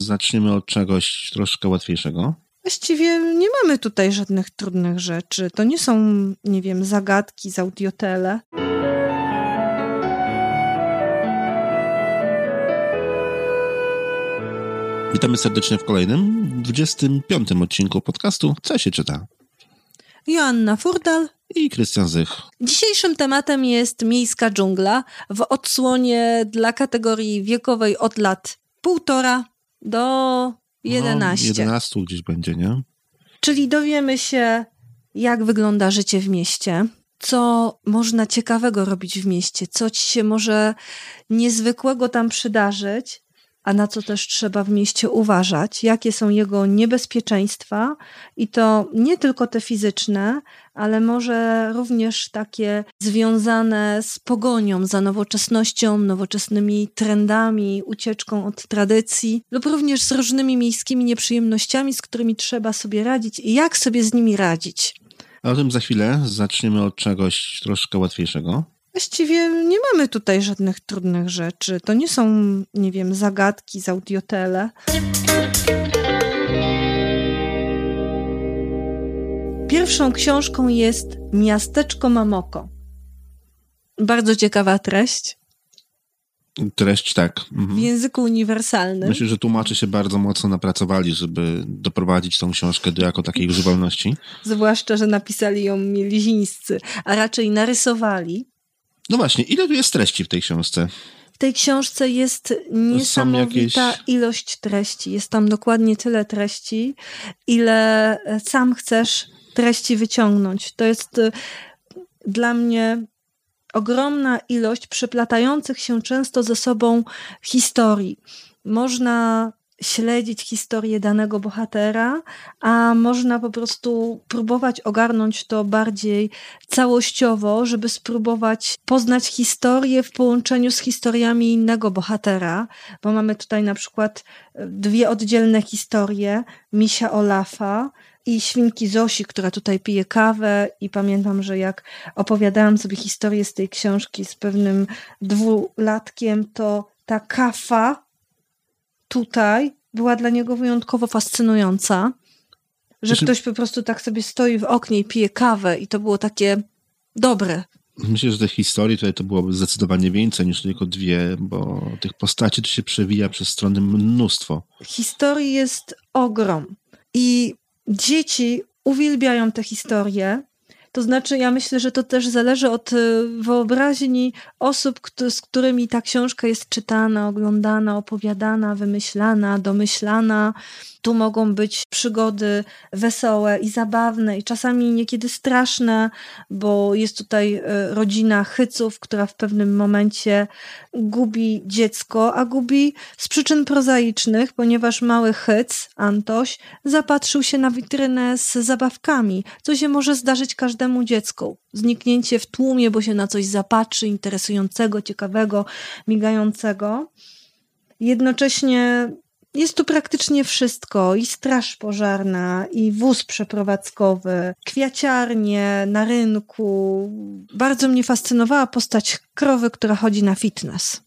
Zaczniemy od czegoś troszkę łatwiejszego. Właściwie nie mamy tutaj żadnych trudnych rzeczy. To nie są, nie wiem, zagadki z audiotele. Witamy serdecznie w kolejnym, 25. odcinku podcastu Co się czyta? Joanna Furdal i Krystian Zych. Dzisiejszym tematem jest miejska dżungla w odsłonie dla kategorii wiekowej od lat 1,5 do 11. 11 gdzieś będzie, nie? Czyli dowiemy się, jak wygląda życie w mieście, co można ciekawego robić w mieście, co ci się może niezwykłego tam przydarzyć, a na co też trzeba w mieście uważać, jakie są jego niebezpieczeństwa i to nie tylko te fizyczne, ale może również takie związane z pogonią za nowoczesnością, nowoczesnymi trendami, ucieczką od tradycji lub również z różnymi miejskimi nieprzyjemnościami, z którymi trzeba sobie radzić i jak sobie z nimi radzić. A o tym za chwilę. Zaczniemy od czegoś troszkę łatwiejszego. Właściwie nie mamy tutaj żadnych trudnych rzeczy. To nie są, nie wiem, zagadki z audiotele. Pierwszą książką jest Miasteczko Mamoko. Bardzo ciekawa treść. Treść, tak. W języku uniwersalnym. Myślę, że tłumacze się bardzo mocno napracowali, żeby doprowadzić tą książkę do jako takiej używalności. Zwłaszcza, że napisali ją mielizińscy, a raczej narysowali. No właśnie, ile tu jest treści w tej książce? W tej książce jest niesamowita ilość treści. Jest tam dokładnie tyle treści, ile sam chcesz treści wyciągnąć. To jest dla mnie ogromna ilość przeplatających się często ze sobą historii. Można śledzić historię danego bohatera, a można po prostu próbować ogarnąć to bardziej całościowo, żeby spróbować poznać historię w połączeniu z historiami innego bohatera, bo mamy tutaj na przykład 2 oddzielne historie, Misia Olafa i świnki Zosi, która tutaj pije kawę i pamiętam, że jak opowiadałam sobie historię z tej książki z pewnym 2-latkiem, to ta kawa tutaj była dla niego wyjątkowo fascynująca, że ktoś po prostu tak sobie stoi w oknie i pije kawę i to było takie dobre. Myślę, że tych historii tutaj to byłoby zdecydowanie więcej niż tylko 2, bo tych postaci to się przewija przez strony mnóstwo. Historii jest ogrom i dzieci uwielbiają te historie. To znaczy, ja myślę, że to też zależy od wyobraźni osób, z którymi ta książka jest czytana, oglądana, opowiadana, wymyślana, domyślana. Tu mogą być przygody wesołe i zabawne i czasami niekiedy straszne, bo jest tutaj rodzina Hyców, która w pewnym momencie gubi dziecko, a gubi z przyczyn prozaicznych, ponieważ mały Hyc, Antoś, zapatrzył się na witrynę z zabawkami, co się może zdarzyć każdemu dziecku. Zniknięcie w tłumie, bo się na coś zapatrzy interesującego, ciekawego, migającego. Jednocześnie jest tu praktycznie wszystko, i straż pożarna, i wóz przeprowadzkowy, kwiaciarnie na rynku. Bardzo mnie fascynowała postać krowy, która chodzi na fitness.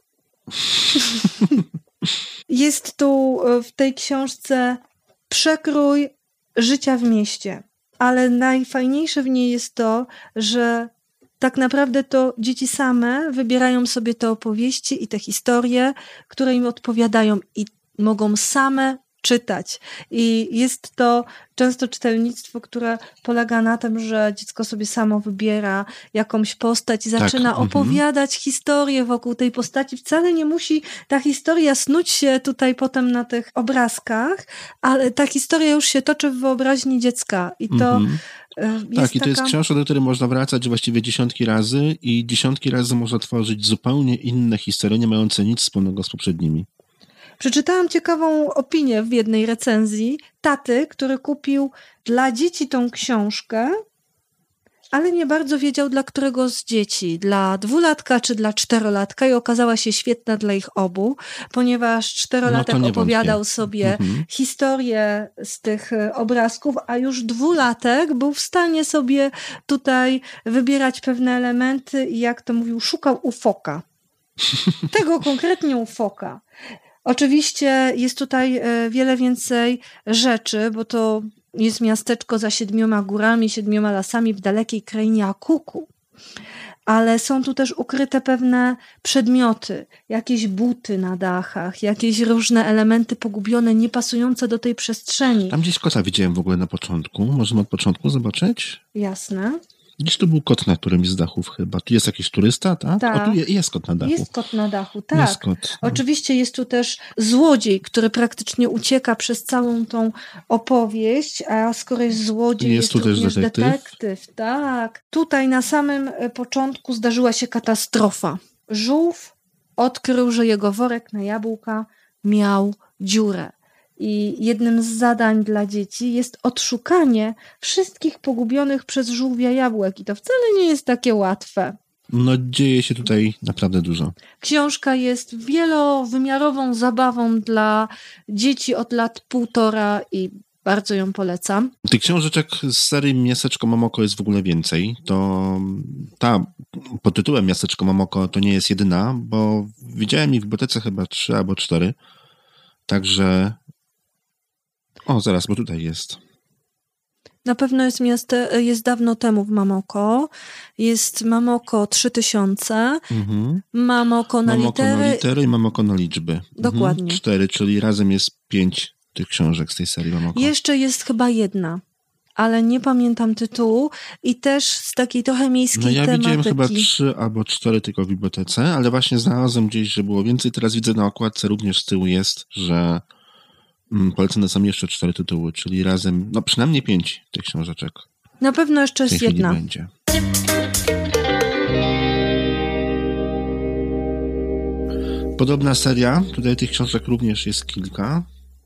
Jest tu w tej książce przekrój życia w mieście, ale najfajniejsze w niej jest to, że tak naprawdę to dzieci same wybierają sobie te opowieści i te historie, które im odpowiadają i mogą same czytać. I jest to często czytelnictwo, które polega na tym, że dziecko sobie samo wybiera jakąś postać i zaczyna opowiadać historię wokół tej postaci. Wcale nie musi ta historia snuć się tutaj potem na tych obrazkach, ale ta historia już się toczy w wyobraźni dziecka. I to tak, i to jest książka, do której można wracać właściwie dziesiątki razy i dziesiątki razy można tworzyć zupełnie inne historie, nie mające nic wspólnego z poprzednimi. Przeczytałam ciekawą opinię w jednej recenzji taty, który kupił dla dzieci tą książkę, ale nie bardzo wiedział, dla którego z dzieci, dla 2-latka czy dla 4-latka, i okazała się świetna dla ich obu, ponieważ 4-latek opowiadał sobie historię z tych obrazków, a już 2-latek był w stanie sobie tutaj wybierać pewne elementy i, jak to mówił, szukał u foka. Tego konkretnie u foka. Oczywiście jest tutaj wiele więcej rzeczy, bo to jest miasteczko za 7 górami, 7 lasami w dalekiej krainie Akuku. Ale są tu też ukryte pewne przedmioty, jakieś buty na dachach, jakieś różne elementy pogubione, niepasujące do tej przestrzeni. Tam gdzieś kota widziałem w ogóle na początku. Możemy od początku zobaczyć? Jasne. Gdzieś tu był kot na którymś z dachów chyba. Tu jest jakiś turysta, tak? Tak. O, tu jest kot na dachu. Jest kot na dachu, tak. Jest kot, no. Oczywiście jest tu też złodziej, który praktycznie ucieka przez całą tą opowieść, a skoro jest złodziej, jest tu również detektyw. Tak. Tutaj na samym początku zdarzyła się katastrofa. Żółw odkrył, że jego worek na jabłka miał dziurę. I jednym z zadań dla dzieci jest odszukanie wszystkich pogubionych przez żółwia jabłek. I to wcale nie jest takie łatwe. No dzieje się tutaj naprawdę dużo. Książka jest wielowymiarową zabawą dla dzieci od lat 1,5 i bardzo ją polecam. Tych książeczek z serii Miasteczko Momoko jest w ogóle więcej. To ta pod tytułem Miasteczko Momoko to nie jest jedyna, bo widziałem ich w bibliotece chyba 3 albo 4. Także... O, zaraz, bo tutaj jest. Na pewno jest dawno temu w Mamoko. Jest Mamoko 3000, Mamoko na litery i Mamoko na liczby. Dokładnie. 4, czyli razem jest 5 tych książek z tej serii Mamoko. Jeszcze jest chyba jedna, ale nie pamiętam tytułu i też z takiej trochę miejskiej tematyki. Ja widziałem chyba 3 albo 4 tylko w bibliotece, ale właśnie znalazłem gdzieś, że było więcej. Teraz widzę na okładce również z tyłu jest, że polecane są jeszcze 4 tytuły, czyli razem, no przynajmniej 5 tych książeczek. Na pewno jeszcze jest jedna. Będzie. Podobna seria, tutaj tych książek również jest kilka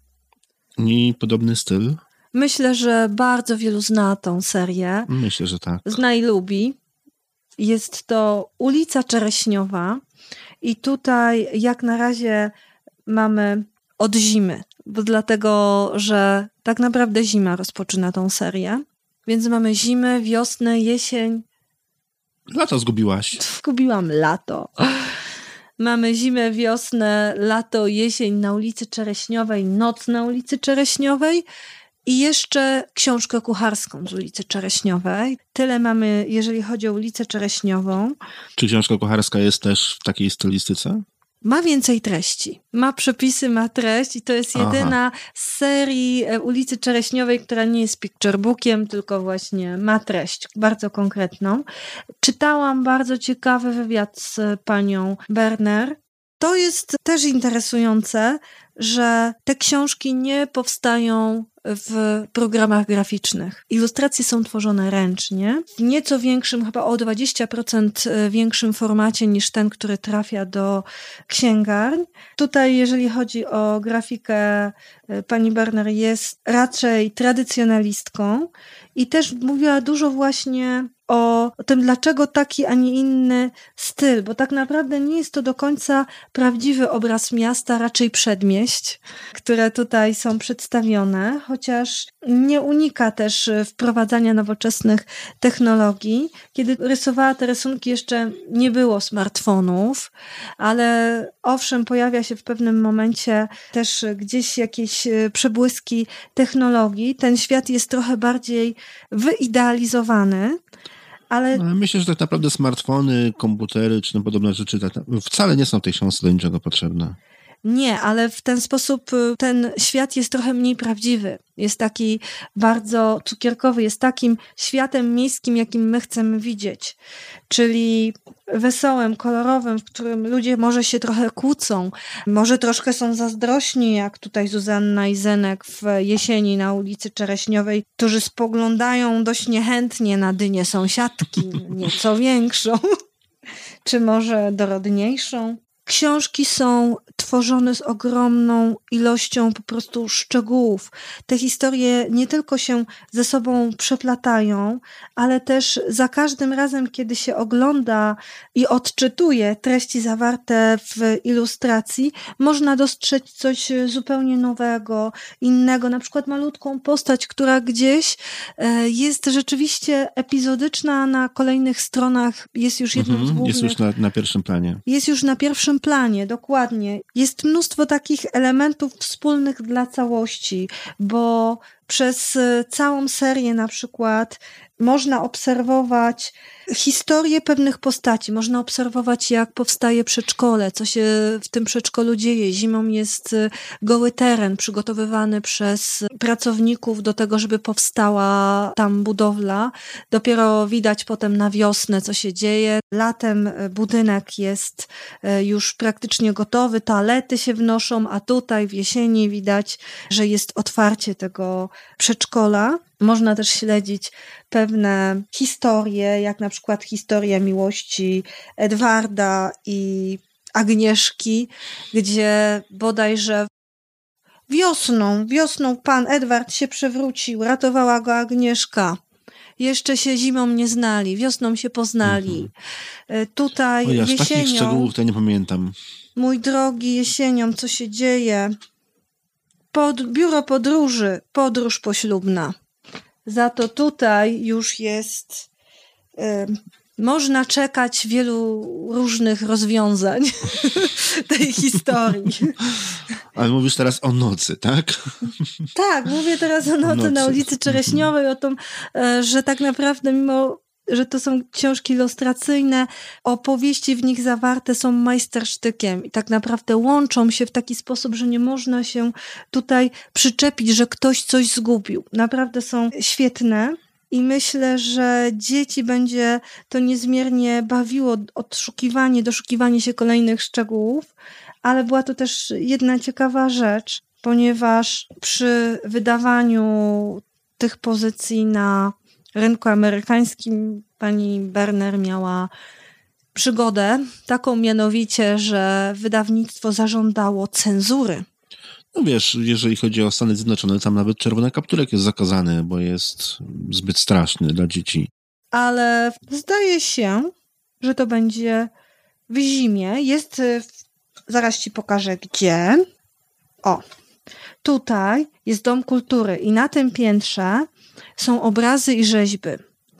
i podobny styl. Myślę, że bardzo wielu zna tą serię. Myślę, że tak. Zna i lubi. Jest to Ulica Czereśniowa i tutaj jak na razie mamy od zimy, bo dlatego, że tak naprawdę zima rozpoczyna tą serię. Więc mamy zimę, wiosnę, jesień. Lato zgubiłaś. Zgubiłam lato. Mamy zimę, wiosnę, lato, jesień na ulicy Czereśniowej, noc na ulicy Czereśniowej i jeszcze książkę kucharską z ulicy Czereśniowej. Tyle mamy, jeżeli chodzi o ulicę Czereśniową. Czy książka kucharska jest też w takiej stylistyce? Ma więcej treści. Ma przepisy, ma treść i to jest jedyna z serii ulicy Czereśniowej, która nie jest picturebookiem, tylko właśnie ma treść bardzo konkretną. Czytałam bardzo ciekawy wywiad z panią Berner. To jest też interesujące, że te książki nie powstają w programach graficznych. Ilustracje są tworzone ręcznie, w nieco większym, chyba o 20% większym formacie niż ten, który trafia do księgarni. Tutaj, jeżeli chodzi o grafikę, pani Berner jest raczej tradycjonalistką i też mówiła dużo właśnie o tym, dlaczego taki, a nie inny styl, bo tak naprawdę nie jest to do końca prawdziwy obraz miasta, raczej przedmieść, które tutaj są przedstawione, chociaż nie unika też wprowadzania nowoczesnych technologii. Kiedy rysowała te rysunki, jeszcze nie było smartfonów, ale owszem, pojawia się w pewnym momencie też gdzieś jakieś przebłyski technologii. Ten świat jest trochę bardziej wyidealizowany. Ale myślę, że tak naprawdę smartfony, komputery czy podobne rzeczy wcale nie są w tej książce do niczego potrzebne. Nie, ale w ten sposób ten świat jest trochę mniej prawdziwy. Jest taki bardzo cukierkowy, jest takim światem miejskim, jakim my chcemy widzieć. Czyli wesołym, kolorowym, w którym ludzie może się trochę kłócą, może troszkę są zazdrośni, jak tutaj Zuzanna i Zenek w jesieni na ulicy Czereśniowej, którzy spoglądają dość niechętnie na dynię sąsiadki, nieco większą, czy może dorodniejszą. Książki są tworzone z ogromną ilością po prostu szczegółów. Te historie nie tylko się ze sobą przeplatają, ale też za każdym razem, kiedy się ogląda i odczytuje treści zawarte w ilustracji, można dostrzec coś zupełnie nowego, innego, na przykład malutką postać, która gdzieś jest rzeczywiście epizodyczna, a na kolejnych stronach jest już jedną z głównych. Jest już na pierwszym planie. Jest już na pierwszym planie, dokładnie. jest mnóstwo takich elementów wspólnych dla całości, bo przez całą serię na przykład można obserwować historię pewnych postaci, można obserwować, jak powstaje przedszkole, co się w tym przedszkolu dzieje. Zimą jest goły teren przygotowywany przez pracowników do tego, żeby powstała tam budowla. Dopiero widać potem na wiosnę, co się dzieje. Latem budynek jest już praktycznie gotowy, toalety się wnoszą, a tutaj w jesieni widać, że jest otwarcie tego przedszkola. Można też śledzić pewne historie, jak na przykład historia miłości Edwarda i Agnieszki, gdzie bodajże wiosną pan Edward się przewrócił, ratowała go Agnieszka. Jeszcze się zimą nie znali, wiosną się poznali. Tutaj jesienią... takich szczegółów to nie pamiętam. Mój drogi, jesienią, co się dzieje? Biuro podróży, podróż poślubna. Za to tutaj już jest... można czekać wielu różnych rozwiązań tej historii. Ale mówisz teraz o nocy, tak? Tak, mówię teraz o nocy na ulicy Czereśniowej, o tym, że tak naprawdę mimo, że to są książki ilustracyjne, opowieści w nich zawarte są majstersztykiem i tak naprawdę łączą się w taki sposób, że nie można się tutaj przyczepić, że ktoś coś zgubił. Naprawdę są świetne. I myślę, że dzieci będzie to niezmiernie bawiło, doszukiwanie się kolejnych szczegółów, ale była to też jedna ciekawa rzecz, ponieważ przy wydawaniu tych pozycji na rynku amerykańskim pani Berner miała przygodę, taką mianowicie, że wydawnictwo zażądało cenzury. No wiesz, jeżeli chodzi o Stany Zjednoczone, tam nawet czerwony kapturek jest zakazany, bo jest zbyt straszny dla dzieci. Ale zdaje się, że to będzie w zimie. Jest, zaraz ci pokażę gdzie. O, tutaj jest Dom Kultury i na tym piętrze są obrazy i rzeźby.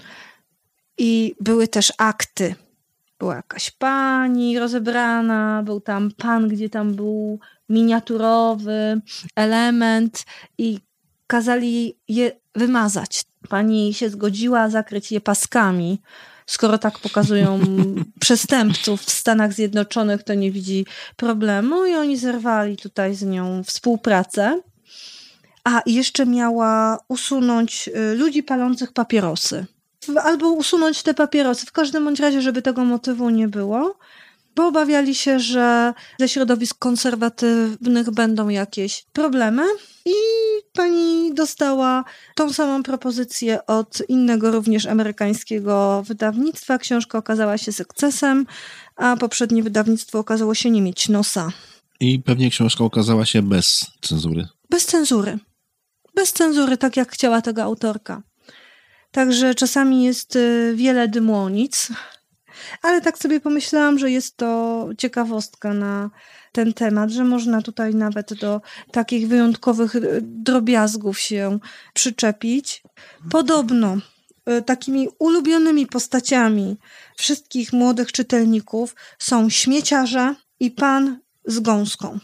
I były też akty. Była jakaś pani rozebrana, był tam pan, gdzie tam był miniaturowy element i kazali je wymazać. Pani się zgodziła zakryć je paskami. Skoro tak pokazują przestępców w Stanach Zjednoczonych, to nie widzi problemu i oni zerwali tutaj z nią współpracę. A i jeszcze miała usunąć ludzi palących papierosy. Albo usunąć te papierosy. W każdym bądź razie, żeby tego motywu nie było, bo obawiali się, że ze środowisk konserwatywnych będą jakieś problemy i pani dostała tą samą propozycję od innego również amerykańskiego wydawnictwa. Książka okazała się sukcesem, a poprzednie wydawnictwo okazało się nie mieć nosa. I pewnie książka okazała się bez cenzury. Bez cenzury. Bez cenzury, tak jak chciała tego autorka. Także czasami jest wiele dymłonic, ale tak sobie pomyślałam, że jest to ciekawostka na ten temat, że można tutaj nawet do takich wyjątkowych drobiazgów się przyczepić. Podobno takimi ulubionymi postaciami wszystkich młodych czytelników są śmieciarze i pan z gąską.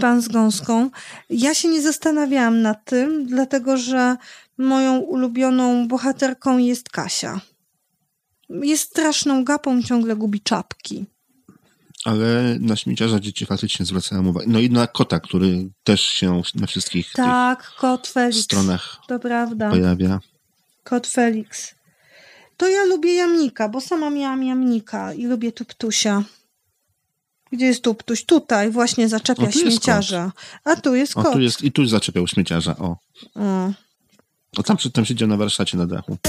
Ja się nie zastanawiałam nad tym, dlatego że moją ulubioną bohaterką jest Kasia. Jest straszną gapą, ciągle gubi czapki. Ale na śmieciarza dzieci faktycznie zwracają uwagę. No i na kota, który też się na wszystkich kot Felix. Stronach to prawda. pojawia. Kot Felix. To ja lubię jamnika, bo sama miałam jamnika i lubię Tuptusia. Gdzie jest Tuptuś? Tutaj właśnie zaczepia śmieciarza. A tu jest kot. I tu zaczepiał śmieciarza. O. Tam siedział na warsztacie na dachu.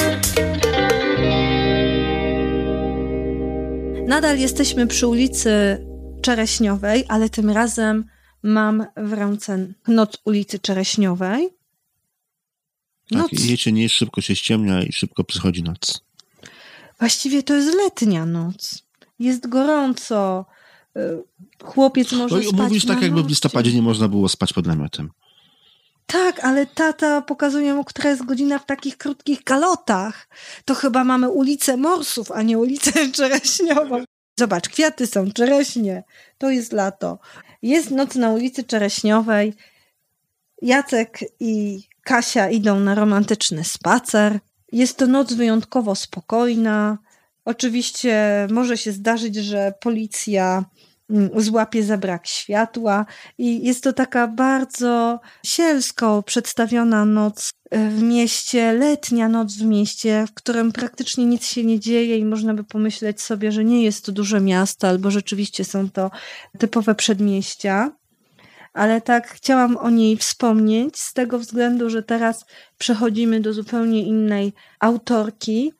Nadal jesteśmy przy ulicy Czereśniowej, ale tym razem mam w ręce noc ulicy Czereśniowej. Tak, jesień szybko się ściemnia i szybko przychodzi noc. Właściwie to jest letnia noc. Jest gorąco. Chłopiec może spać mówisz tak, jakby w listopadzie nie można było spać pod namiotem. Tak, ale tata pokazuje, która jest godzina w takich krótkich kalotach. To chyba mamy ulicę Morsów, a nie ulicę Czereśniową. Zobacz, kwiaty są, czereśnie. To jest lato. Jest noc na ulicy Czereśniowej. Jacek i Kasia idą na romantyczny spacer. Jest to noc wyjątkowo spokojna. Oczywiście może się zdarzyć, że policja złapie za brak światła i jest to taka bardzo sielsko przedstawiona noc w mieście, letnia noc w mieście, w którym praktycznie nic się nie dzieje i można by pomyśleć sobie, że nie jest to duże miasto, albo rzeczywiście są to typowe przedmieścia. Ale tak chciałam o niej wspomnieć z tego względu, że teraz przechodzimy do zupełnie innej autorki.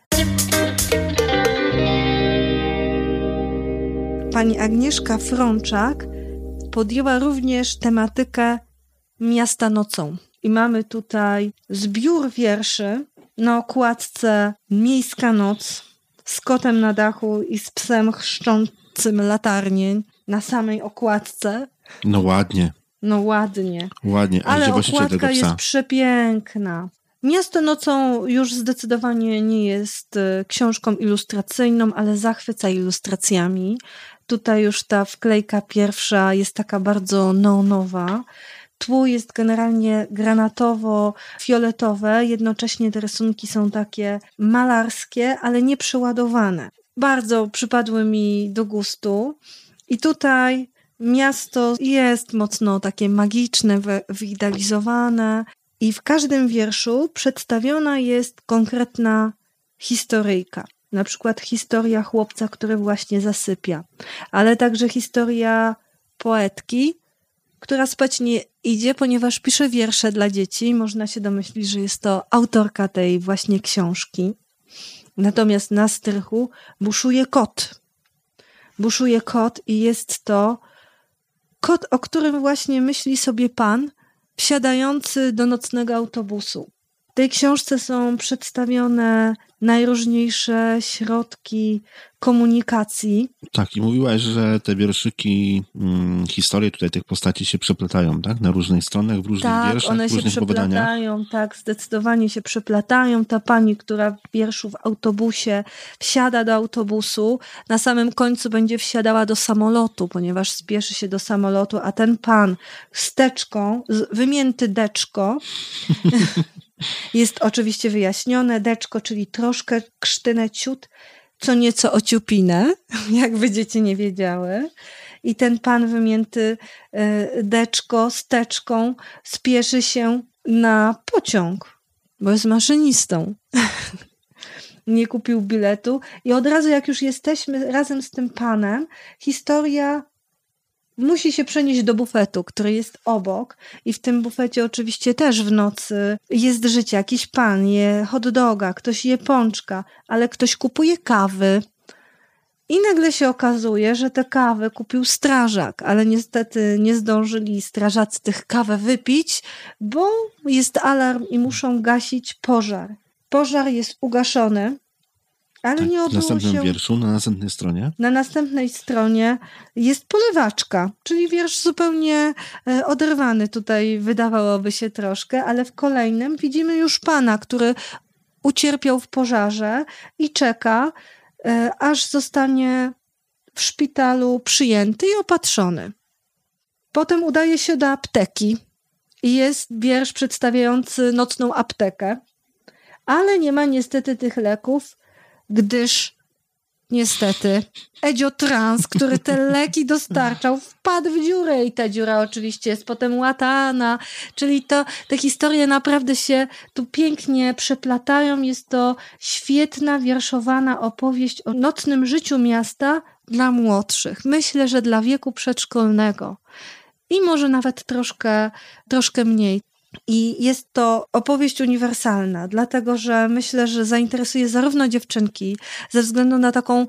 Pani Agnieszka Frączak podjęła również tematykę miasta nocą. I mamy tutaj zbiór wierszy na okładce Miejska noc z kotem na dachu i z psem chrzczącym latarnię na samej okładce. No ładnie. No ładnie. Ładnie, ale okładka jest przepiękna. Miasto nocą już zdecydowanie nie jest książką ilustracyjną, ale zachwyca ilustracjami. Tutaj już ta wklejka pierwsza jest taka bardzo neonowa. Tło jest generalnie granatowo-fioletowe, jednocześnie te rysunki są takie malarskie, ale nie przeładowane. Bardzo przypadły mi do gustu i tutaj miasto jest mocno takie magiczne, wyidealizowane i w każdym wierszu przedstawiona jest konkretna historyjka. Na przykład historia chłopca, który właśnie zasypia, ale także historia poetki, która spać nie idzie, ponieważ pisze wiersze dla dzieci. Można się domyślić, że jest to autorka tej właśnie książki. Natomiast na strychu buszuje kot. Buszuje kot i jest to kot, o którym właśnie myśli sobie pan, wsiadający do nocnego autobusu. W tej książce są przedstawione najróżniejsze środki komunikacji. Tak, i mówiłaś, że te wierszyki, historie tutaj tych postaci się przeplatają, tak? Na różnych stronach, w różnych wierszach, one w różnych się przeplatają, tak, zdecydowanie się przeplatają. Ta pani, która w wierszu w autobusie wsiada do autobusu, na samym końcu będzie wsiadała do samolotu, ponieważ spieszy się do samolotu, a ten pan z teczką, wymięty deczko, jest oczywiście wyjaśnione, deczko, czyli troszkę krztynę ciut, co nieco ociupinę, jakby dzieci nie wiedziały. I ten pan wymięty deczko z teczką spieszy się na pociąg, bo jest maszynistą. Nie kupił biletu i od razu jak już jesteśmy razem z tym panem, historia musi się przenieść do bufetu, który jest obok i w tym bufecie oczywiście też w nocy jest życie. Jakiś pan je hot doga, ktoś je pączka, ale ktoś kupuje kawy. I nagle się okazuje, że tę kawę kupił strażak, ale niestety nie zdążyli strażacy tych kawę wypić, bo jest alarm i muszą gasić pożar. Pożar jest ugaszony. Ale tak, nie odbyło w następnym się... wierszu, na następnej stronie? Na następnej stronie jest polewaczka, czyli wiersz zupełnie oderwany tutaj wydawałoby się troszkę, ale w kolejnym widzimy już pana, który ucierpiał w pożarze i czeka, aż zostanie w szpitalu przyjęty i opatrzony. Potem udaje się do apteki i jest wiersz przedstawiający nocną aptekę, ale nie ma niestety tych leków, gdyż niestety Edzio Trans, który te leki dostarczał, wpadł w dziurę i ta dziura oczywiście jest potem łatana, czyli te historie naprawdę się tu pięknie przeplatają. Jest to świetna, wierszowana opowieść o nocnym życiu miasta dla młodszych. Myślę, że dla wieku przedszkolnego i może nawet troszkę mniej. I jest to opowieść uniwersalna, dlatego że myślę, że zainteresuje zarówno dziewczynki ze względu na taką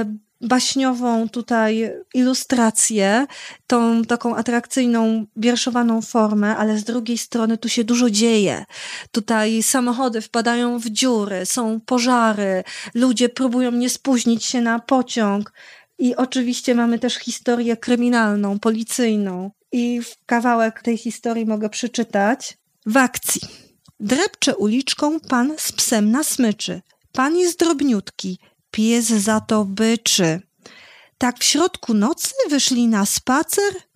baśniową tutaj ilustrację, tą taką atrakcyjną, wierszowaną formę, ale z drugiej strony tu się dużo dzieje. Tutaj samochody wpadają w dziury, są pożary, ludzie próbują nie spóźnić się na pociąg i oczywiście mamy też historię kryminalną, policyjną. I kawałek tej historii mogę przeczytać. W akcji. Drepcze uliczką pan z psem na smyczy. Pan jest drobniutki, pies za to byczy. Tak w środku nocy wyszli na spacer?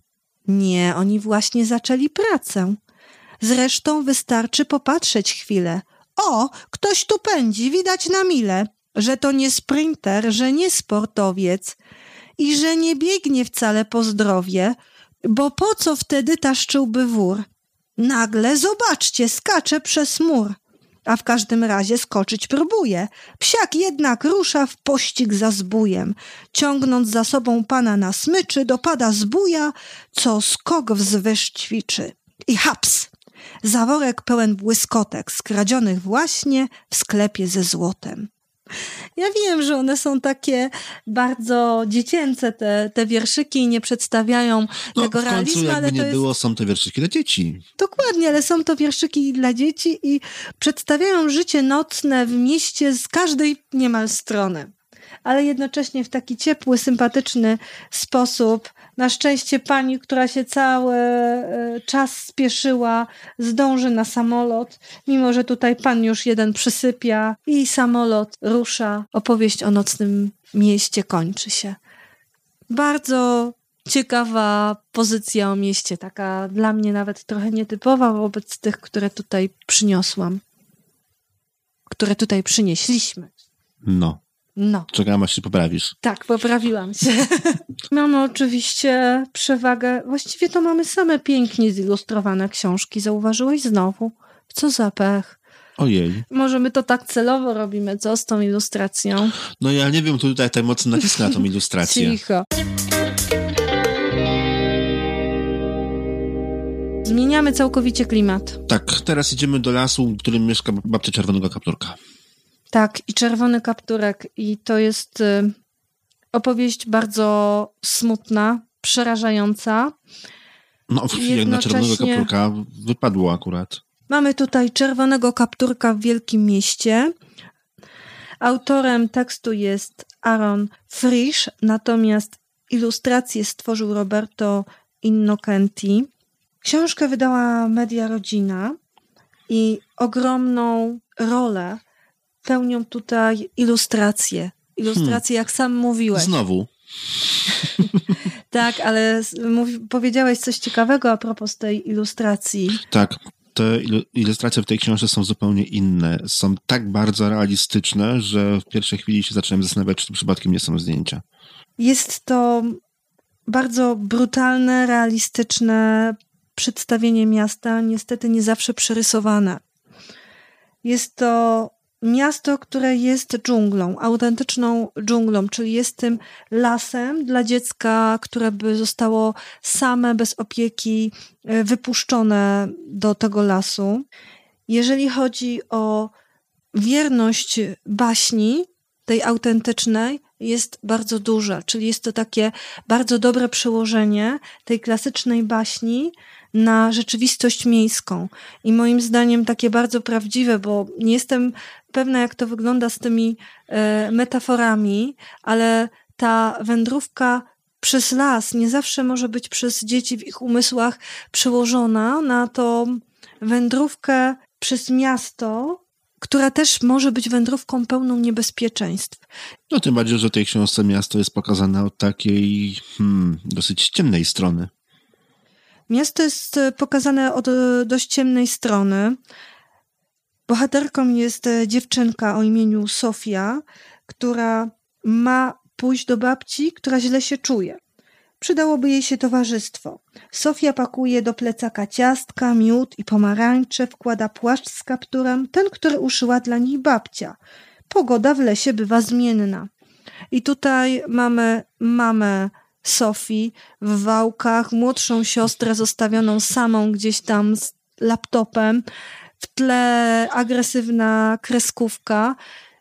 Nie, oni właśnie zaczęli pracę. Zresztą wystarczy popatrzeć chwilę. O, ktoś tu pędzi, widać na mile, że to nie sprinter, że nie sportowiec i że nie biegnie wcale po zdrowie, bo po co wtedy taszczyłby wór? Nagle, zobaczcie, skacze przez mur, a w każdym razie skoczyć próbuje. Psiak jednak rusza w pościg za zbójem. Ciągnąc za sobą pana na smyczy, dopada zbója, co skok wzwyż ćwiczy. I haps! Zaworek pełen błyskotek, skradzionych właśnie w sklepie ze złotem. Ja wiem, że one są takie bardzo dziecięce, te wierszyki, i nie przedstawiają tego realizmu, ale to nie było, są to wierszyki dla dzieci. Dokładnie, ale są to wierszyki dla dzieci i przedstawiają życie nocne w mieście z każdej niemal strony. Ale jednocześnie w taki ciepły, sympatyczny sposób. Na szczęście pani, która się cały czas spieszyła, zdąży na samolot, mimo że tutaj pan już jeden przysypia i samolot rusza. Opowieść o nocnym mieście kończy się. Bardzo ciekawa pozycja o mieście, taka dla mnie nawet trochę nietypowa wobec tych, które tutaj przyniosłam, które tutaj przynieśliśmy. No. Czekam, aż się poprawisz. Tak, poprawiłam się. Mamy oczywiście przewagę, właściwie to mamy same pięknie zilustrowane książki. Zauważyłeś znowu? Co za pech. Ojej. Może my to tak celowo robimy, co z tą ilustracją? No ja nie wiem, tutaj tak mocno naciska na tą ilustrację. Cicho. Zmieniamy całkowicie klimat. Tak, teraz idziemy do lasu, w którym mieszka babcia Czerwonego Kapturka. Tak, i Czerwony Kapturek. I to jest opowieść bardzo smutna, przerażająca. No, jak na Czerwonego Kapturka wypadło akurat. Mamy tutaj Czerwonego Kapturka w Wielkim Mieście. Autorem tekstu jest Aaron Frisch, natomiast ilustrację stworzył Roberto Innocenti. Książkę wydała Media Rodzina i ogromną rolę pełnią tutaj ilustracje. Ilustracje, jak sam mówiłeś. Znowu. Tak, ale powiedziałeś coś ciekawego a propos tej ilustracji. Tak, te ilustracje w tej książce są zupełnie inne. Są tak bardzo realistyczne, że w pierwszej chwili się zacząłem zastanawiać, czy to przypadkiem nie są zdjęcia. Jest to bardzo brutalne, realistyczne przedstawienie miasta, niestety nie zawsze przerysowane. Jest to miasto, które jest dżunglą, autentyczną dżunglą, czyli jest tym lasem dla dziecka, które by zostało same, bez opieki, wypuszczone do tego lasu. Jeżeli chodzi o wierność baśni, tej autentycznej, jest bardzo duża, czyli jest to takie bardzo dobre przełożenie tej klasycznej baśni na rzeczywistość miejską. I moim zdaniem takie bardzo prawdziwe, bo nie jestem pewna, jak to wygląda z tymi metaforami, ale ta wędrówka przez las nie zawsze może być przez dzieci w ich umysłach przełożona na tą wędrówkę przez miasto, która też może być wędrówką pełną niebezpieczeństw. No tym bardziej, że w tej książce miasto jest pokazane od takiej dosyć ciemnej strony. Miasto jest pokazane od dość ciemnej strony. Bohaterką jest dziewczynka o imieniu Sofia, która ma pójść do babci, która źle się czuje. Przydałoby jej się towarzystwo. Sofia pakuje do plecaka ciastka, miód i pomarańcze, wkłada płaszcz z kapturem, ten, który uszyła dla niej babcia. Pogoda w lesie bywa zmienna. I tutaj mamy mamę Sofii w wałkach, młodszą siostrę zostawioną samą gdzieś tam z laptopem, w tle agresywna kreskówka.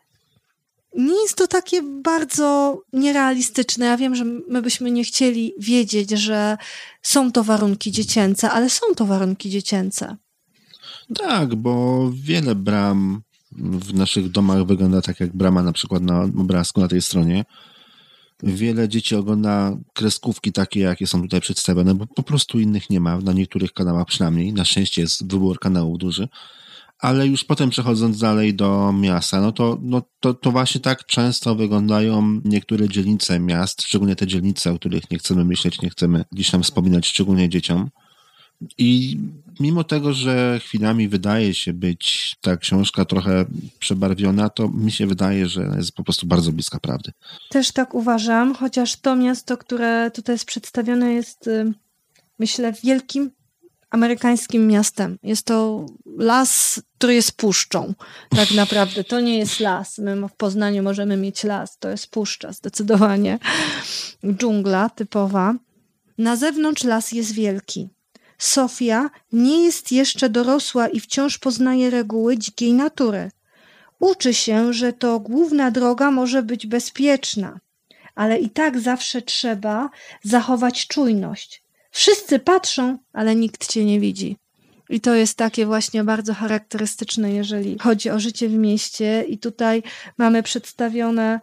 Nie jest to takie bardzo nierealistyczne. Ja wiem, że my byśmy nie chcieli wiedzieć, że są to warunki dziecięce, ale są to warunki dziecięce. Tak, bo wiele bram w naszych domach wygląda tak jak brama na przykład na obrazku na tej stronie. Wiele dzieci ogląda kreskówki takie, jakie są tutaj przedstawione, bo po prostu innych nie ma, na niektórych kanałach przynajmniej. Na szczęście jest wybór kanałów duży. Ale już potem przechodząc dalej do miasta, to właśnie tak często wyglądają niektóre dzielnice miast, szczególnie te dzielnice, o których nie chcemy myśleć, nie chcemy gdzieś tam wspominać, szczególnie dzieciom. I mimo tego, że chwilami wydaje się być ta książka trochę przebarwiona, to mi się wydaje, że jest po prostu bardzo bliska prawdy. Też tak uważam, chociaż to miasto, które tutaj jest przedstawione, jest, myślę, wielkim amerykańskim miastem. Jest to las, który jest puszczą. Tak naprawdę. To nie jest las. My w Poznaniu możemy mieć las. To jest puszcza, zdecydowanie. Dżungla typowa. Na zewnątrz las jest wielki. Sofia nie jest jeszcze dorosła i wciąż poznaje reguły dzikiej natury. Uczy się, że to główna droga może być bezpieczna, ale i tak zawsze trzeba zachować czujność. Wszyscy patrzą, ale nikt cię nie widzi. I to jest takie właśnie bardzo charakterystyczne, jeżeli chodzi o życie w mieście. I tutaj mamy przedstawione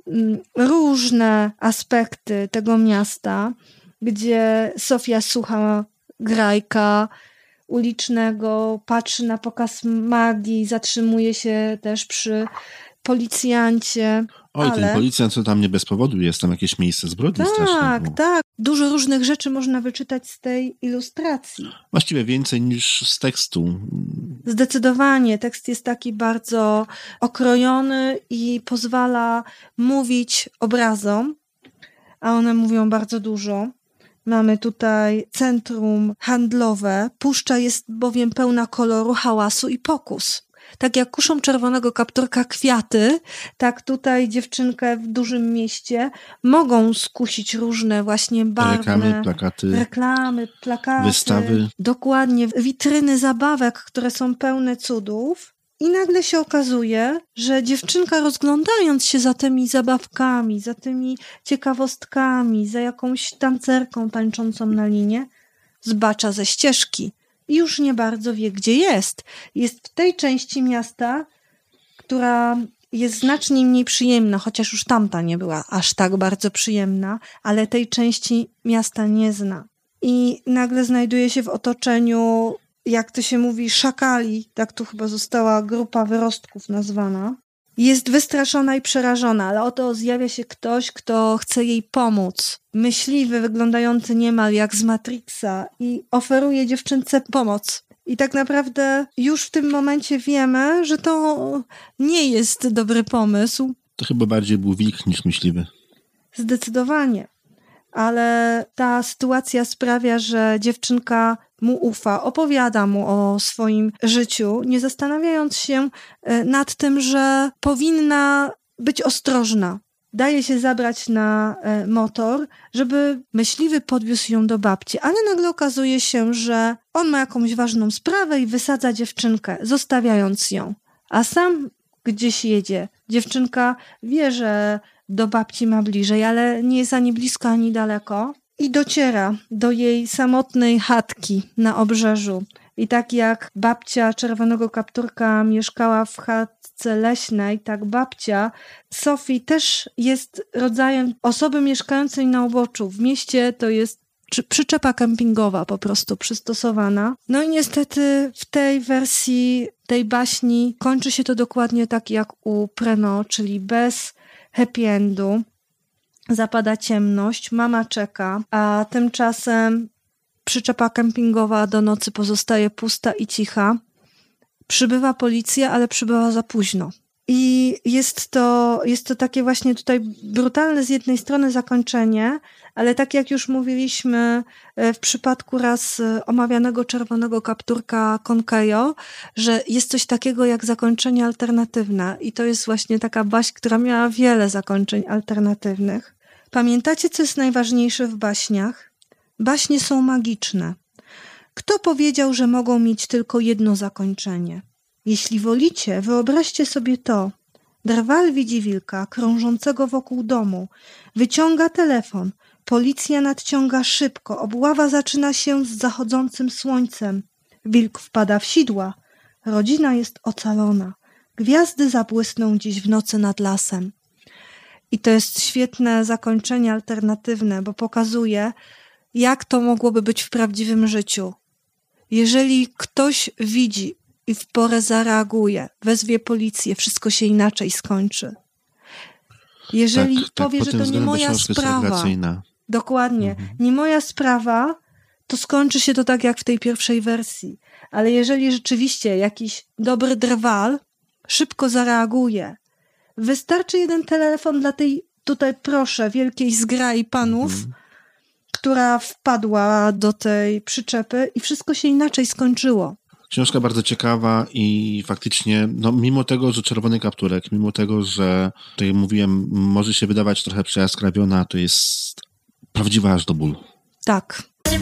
różne aspekty tego miasta, gdzie Sofia słucha grajka ulicznego, patrzy na pokaz magii, zatrzymuje się też przy policjancie. Oj, ten policjant, co tam nie bez powodu jest, tam jakieś miejsce zbrodni straszne. Tak. Dużo różnych rzeczy można wyczytać z tej ilustracji. Właściwie więcej niż z tekstu. Zdecydowanie. Tekst jest taki bardzo okrojony i pozwala mówić obrazom, a one mówią bardzo dużo. Mamy tutaj centrum handlowe. Puszcza jest bowiem pełna koloru, hałasu i pokus. Tak jak kuszą czerwonego kapturka kwiaty, tak tutaj dziewczynkę w dużym mieście mogą skusić różne właśnie barwne reklamy, plakaty, wystawy. Dokładnie, witryny zabawek, które są pełne cudów. I nagle się okazuje, że dziewczynka, rozglądając się za tymi zabawkami, za tymi ciekawostkami, za jakąś tancerką tańczącą na linie, zbacza ze ścieżki i już nie bardzo wie, gdzie jest. Jest w tej części miasta, która jest znacznie mniej przyjemna, chociaż już tamta nie była aż tak bardzo przyjemna, ale tej części miasta nie zna. I nagle znajduje się w otoczeniu, jak to się mówi, szakali, tak tu chyba została grupa wyrostków nazwana. Jest wystraszona i przerażona, ale oto zjawia się ktoś, kto chce jej pomóc. Myśliwy, wyglądający niemal jak z Matrixa i oferuje dziewczynce pomoc. I tak naprawdę już w tym momencie wiemy, że to nie jest dobry pomysł. To chyba bardziej był wilk niż myśliwy. Zdecydowanie. Ale ta sytuacja sprawia, że dziewczynka mu ufa, opowiada mu o swoim życiu, nie zastanawiając się nad tym, że powinna być ostrożna. Daje się zabrać na motor, żeby myśliwy podwiózł ją do babci, ale nagle okazuje się, że on ma jakąś ważną sprawę i wysadza dziewczynkę, zostawiając ją. A sam gdzieś jedzie. Dziewczynka wie, że do babci ma bliżej, ale nie jest ani blisko, ani daleko. I dociera do jej samotnej chatki na obrzeżu. I tak jak babcia czerwonego kapturka mieszkała w chatce leśnej, tak babcia Sofii też jest rodzajem osoby mieszkającej na uboczu. W mieście to jest przyczepa kempingowa po prostu przystosowana. No i niestety w tej wersji tej baśni kończy się to dokładnie tak jak u Preno, czyli bez happy endu. Zapada ciemność, mama czeka, a tymczasem przyczepa kempingowa do nocy pozostaje pusta i cicha. Przybywa policja, ale przybywa za późno. I jest to takie właśnie tutaj brutalne z jednej strony zakończenie, ale tak jak już mówiliśmy w przypadku raz omawianego czerwonego kapturka Conkeyo, że jest coś takiego jak zakończenie alternatywne i to jest właśnie taka baśń, która miała wiele zakończeń alternatywnych. Pamiętacie, co jest najważniejsze w baśniach? Baśnie są magiczne. Kto powiedział, że mogą mieć tylko jedno zakończenie? Jeśli wolicie, wyobraźcie sobie to. Drwal widzi wilka krążącego wokół domu. Wyciąga telefon. Policja nadciąga szybko. Obława zaczyna się z zachodzącym słońcem. Wilk wpada w sidła. Rodzina jest ocalona. Gwiazdy zabłysną dziś w nocy nad lasem. I to jest świetne zakończenie alternatywne, bo pokazuje, jak to mogłoby być w prawdziwym życiu. Jeżeli ktoś widzi i w porę zareaguje, wezwie policję, wszystko się inaczej skończy. Jeżeli powie, że to nie moja sprawa, dokładnie, nie moja sprawa, to skończy się to tak jak w tej pierwszej wersji. Ale jeżeli rzeczywiście jakiś dobry drwal szybko zareaguje, wystarczy jeden telefon dla tej, tutaj proszę, wielkiej zgrai panów, która wpadła do tej przyczepy i wszystko się inaczej skończyło. Książka bardzo ciekawa i faktycznie, no mimo tego, że czerwony kapturek, mimo tego, że, tak jak mówiłem, może się wydawać trochę przejaskrawiona, to jest prawdziwa aż do bólu. Tak.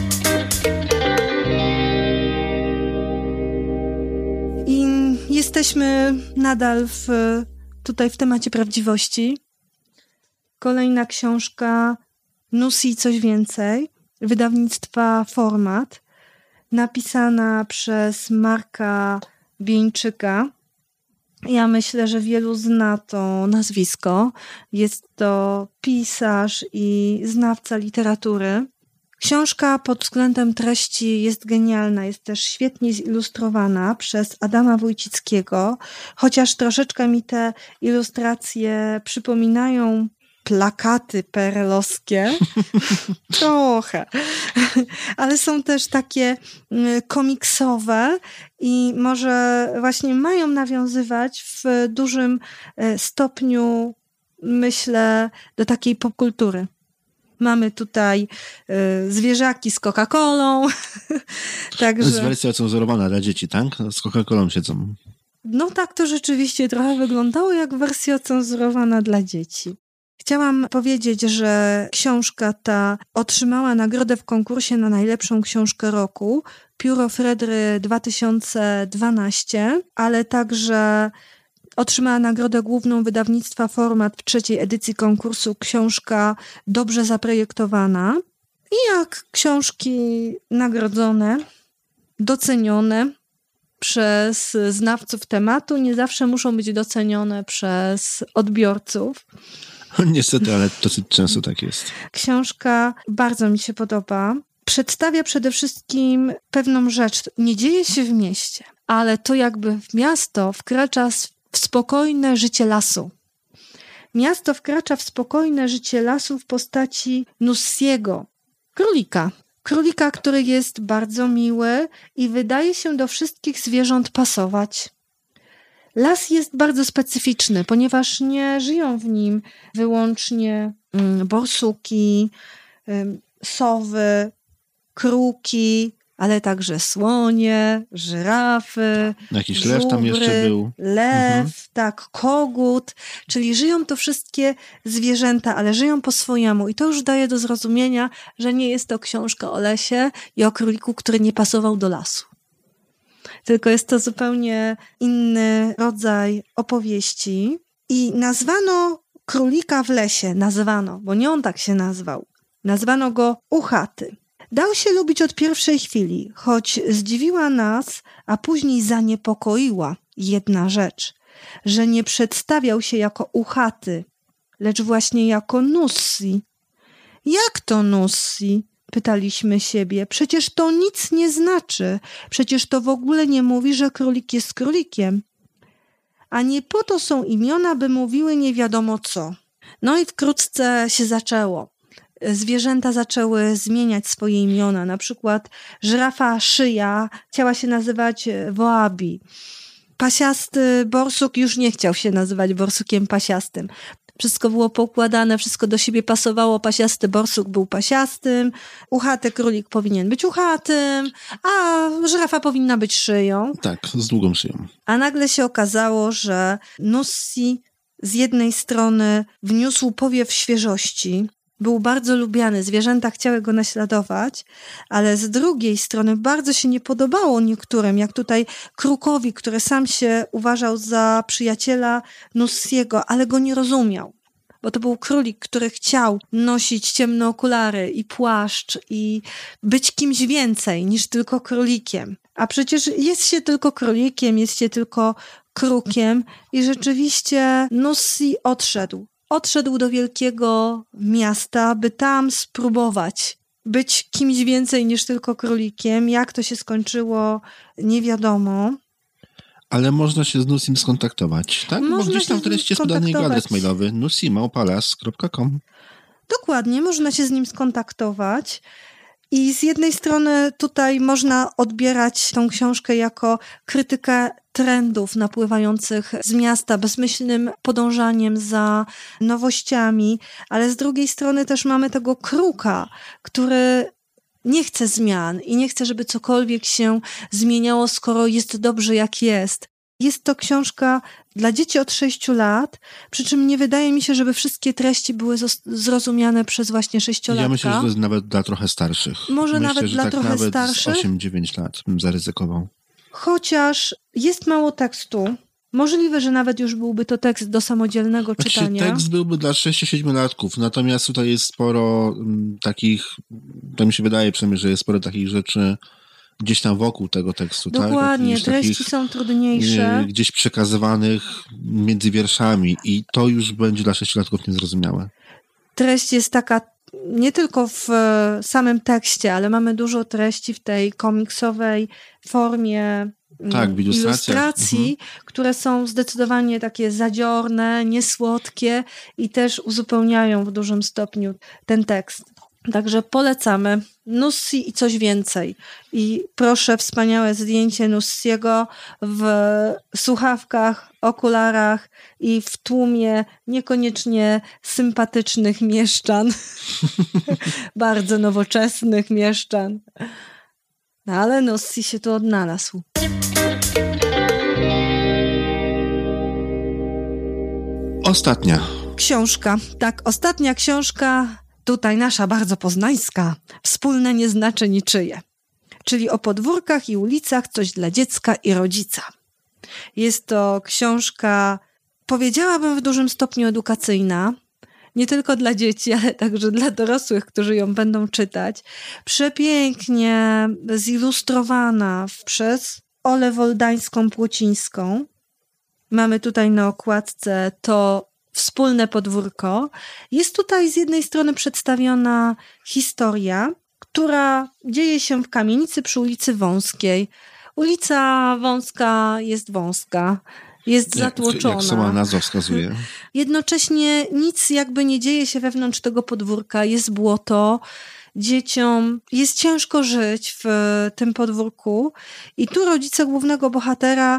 I jesteśmy nadal tutaj w temacie prawdziwości. Kolejna książka Nussy i coś więcej, wydawnictwa Format, napisana przez Marka Bieńczyka. Ja myślę, że wielu zna to nazwisko. Jest to pisarz i znawca literatury. Książka pod względem treści jest genialna, jest też świetnie zilustrowana przez Adama Wójcickiego, chociaż troszeczkę mi te ilustracje przypominają plakaty perelowskie. Trochę. Ale są też takie komiksowe i może właśnie mają nawiązywać w dużym stopniu, myślę, do takiej popkultury. Mamy tutaj zwierzaki z Coca-Colą. Także... To jest wersja ocenzurowana dla dzieci, tak? Z Coca-Colą siedzą. No tak to rzeczywiście trochę wyglądało jak wersja ocenzurowana dla dzieci. Chciałam powiedzieć, że książka ta otrzymała nagrodę w konkursie na najlepszą książkę roku, Pióro Fredry 2012, ale także otrzymała nagrodę główną wydawnictwa Format w 3. edycji konkursu Książka dobrze zaprojektowana. I jak książki nagrodzone, docenione przez znawców tematu, nie zawsze muszą być docenione przez odbiorców. Niestety, ale dosyć często tak jest. Książka bardzo mi się podoba. Przedstawia przede wszystkim pewną rzecz. Nie dzieje się w mieście, ale to jakby miasto wkracza w spokojne życie lasu. Miasto wkracza w spokojne życie lasu w postaci Nussiego, królika. Królika, który jest bardzo miły i wydaje się do wszystkich zwierząt pasować. Las jest bardzo specyficzny, ponieważ nie żyją w nim wyłącznie borsuki, sowy, kruki, ale także słonie, żyrafy, jakiś żubry, lew tam jeszcze był. Lew, tak, kogut, czyli żyją to wszystkie zwierzęta, ale żyją po swojemu i to już daje do zrozumienia, że nie jest to książka o lesie i o króliku, który nie pasował do lasu. Tylko jest to zupełnie inny rodzaj opowieści i nazwano królika w lesie, bo nie on tak się nazwał, nazwano go Uchaty. Dał się lubić od pierwszej chwili, choć zdziwiła nas, a później zaniepokoiła jedna rzecz, że nie przedstawiał się jako Uchaty, lecz właśnie jako Nussy. Jak to Nussy? Pytaliśmy siebie. Przecież to nic nie znaczy. Przecież to w ogóle nie mówi, że królik jest królikiem. A nie po to są imiona, by mówiły nie wiadomo co. No i wkrótce się zaczęło. Zwierzęta zaczęły zmieniać swoje imiona. Na przykład żyrafa Szyja chciała się nazywać Woabi. Pasiasty borsuk już nie chciał się nazywać borsukiem pasiastym. Wszystko było poukładane, wszystko do siebie pasowało. Pasiasty borsuk był pasiastym, uchaty królik powinien być uchatym, a żyrafa powinna być szyją. Tak, z długą szyją. A nagle się okazało, że Nussy z jednej strony wniósł powiew świeżości, był bardzo lubiany, zwierzęta chciały go naśladować, ale z drugiej strony bardzo się nie podobało niektórym, jak tutaj krukowi, który sam się uważał za przyjaciela Nussiego, ale go nie rozumiał. Bo to był królik, który chciał nosić ciemne okulary i płaszcz i być kimś więcej niż tylko królikiem. A przecież jest się tylko królikiem, jest się tylko krukiem i rzeczywiście Nussy odszedł. Odszedł do wielkiego miasta, by tam spróbować być kimś więcej niż tylko królikiem. Jak to się skończyło, nie wiadomo. Ale można się z Nusim skontaktować, tak? Bo gdzieś tam w treści jest podany jego adres mailowy nusi@palas.com. Dokładnie, można się z nim skontaktować. I z jednej strony tutaj można odbierać tą książkę jako krytykę trendów napływających z miasta, bezmyślnym podążaniem za nowościami, ale z drugiej strony też mamy tego kruka, który nie chce zmian i nie chce, żeby cokolwiek się zmieniało, skoro jest dobrze jak jest. Jest to książka dla dzieci od 6 lat, przy czym nie wydaje mi się, żeby wszystkie treści były zrozumiane przez właśnie 6-latka. Ja myślę, że to jest nawet dla trochę starszych. Może myślę, nawet że dla tak trochę nawet starszych. 8-9 lat bym zaryzykował. Chociaż jest mało tekstu. Możliwe, że nawet już byłby to tekst do samodzielnego czytania. Tekst byłby dla 6-7-latków, natomiast tutaj jest sporo takich, to mi się wydaje przynajmniej, że jest sporo takich rzeczy gdzieś tam wokół tego tekstu. Dokładnie, tak? treści są trudniejsze. Gdzieś przekazywanych między wierszami i to już będzie dla 6-latków niezrozumiałe. Treść jest taka nie tylko w samym tekście, ale mamy dużo treści w tej komiksowej formie ilustracji, które są zdecydowanie takie zadziorne, niesłodkie i też uzupełniają w dużym stopniu ten tekst. Także polecamy Nussi i coś więcej. I proszę, wspaniałe zdjęcie Nussiego w słuchawkach, okularach i w tłumie niekoniecznie sympatycznych mieszczan. Bardzo nowoczesnych mieszczan. No, ale Nussi się tu odnalazł. Ostatnia książka. Tak, ostatnia książka. Tutaj nasza bardzo poznańska. Wspólne nie znaczy niczyje. Czyli o podwórkach i ulicach, coś dla dziecka i rodzica. Jest to książka, powiedziałabym, w dużym stopniu edukacyjna. Nie tylko dla dzieci, ale także dla dorosłych, którzy ją będą czytać. Przepięknie zilustrowana przez Olę Woldańską-Płocińską. Mamy tutaj na okładce to wspólne podwórko. Jest tutaj z jednej strony przedstawiona historia, która dzieje się w kamienicy przy ulicy Wąskiej. Ulica Wąska jest wąska, jest zatłoczona. Jak sama nazwa wskazuje. Jednocześnie nic jakby nie dzieje się wewnątrz tego podwórka. Jest błoto, dzieciom jest ciężko żyć w tym podwórku i tu rodzice głównego bohatera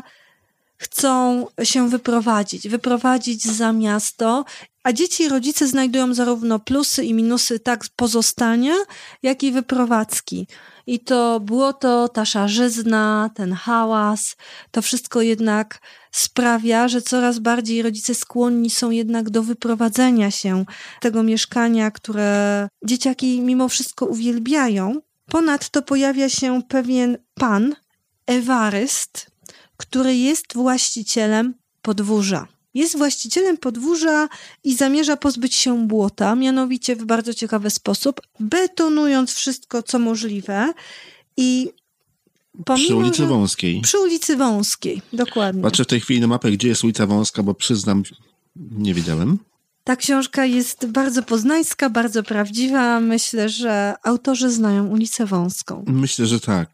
chcą się wyprowadzić za miasto, a dzieci i rodzice znajdują zarówno plusy i minusy tak pozostania, jak i wyprowadzki. I to błoto, ta szarzyzna, ten hałas, to wszystko jednak sprawia, że coraz bardziej rodzice skłonni są jednak do wyprowadzenia się z tego mieszkania, które dzieciaki mimo wszystko uwielbiają. Ponadto pojawia się pewien pan, Ewaryst, który jest właścicielem podwórza. Jest właścicielem podwórza i zamierza pozbyć się błota, mianowicie w bardzo ciekawy sposób, betonując wszystko, co możliwe. I przy ulicy Wąskiej. Przy ulicy Wąskiej, dokładnie. Patrzę w tej chwili na mapę, gdzie jest ulica Wąska, bo przyznam, nie widziałem. Ta książka jest bardzo poznańska, bardzo prawdziwa. Myślę, że autorzy znają ulicę Wąską. Myślę, że tak.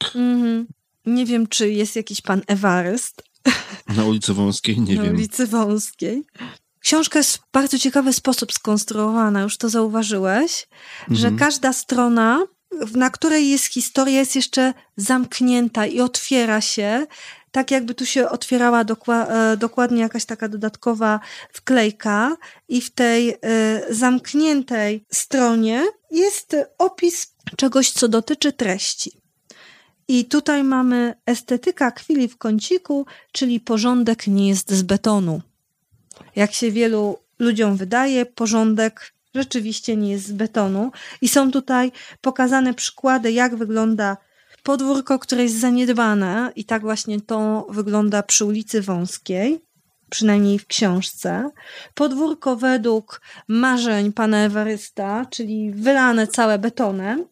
Nie wiem, czy jest jakiś pan Ewaryst. Na ulicy Wąskiej? Nie wiem. Na ulicy Wąskiej. Książka jest w bardzo ciekawy sposób skonstruowana, już to zauważyłeś, że każda strona, na której jest historia, jest jeszcze zamknięta i otwiera się, tak jakby tu się otwierała dokładnie jakaś taka dodatkowa wklejka i w tej zamkniętej stronie jest opis czegoś, co dotyczy treści. I tutaj mamy estetyka kwili w kąciku, czyli porządek nie jest z betonu. Jak się wielu ludziom wydaje, porządek rzeczywiście nie jest z betonu. I są tutaj pokazane przykłady, jak wygląda podwórko, które jest zaniedbane. I tak właśnie to wygląda przy ulicy Wąskiej, przynajmniej w książce. Podwórko według marzeń pana Ewarysta, czyli wylane całe betonem.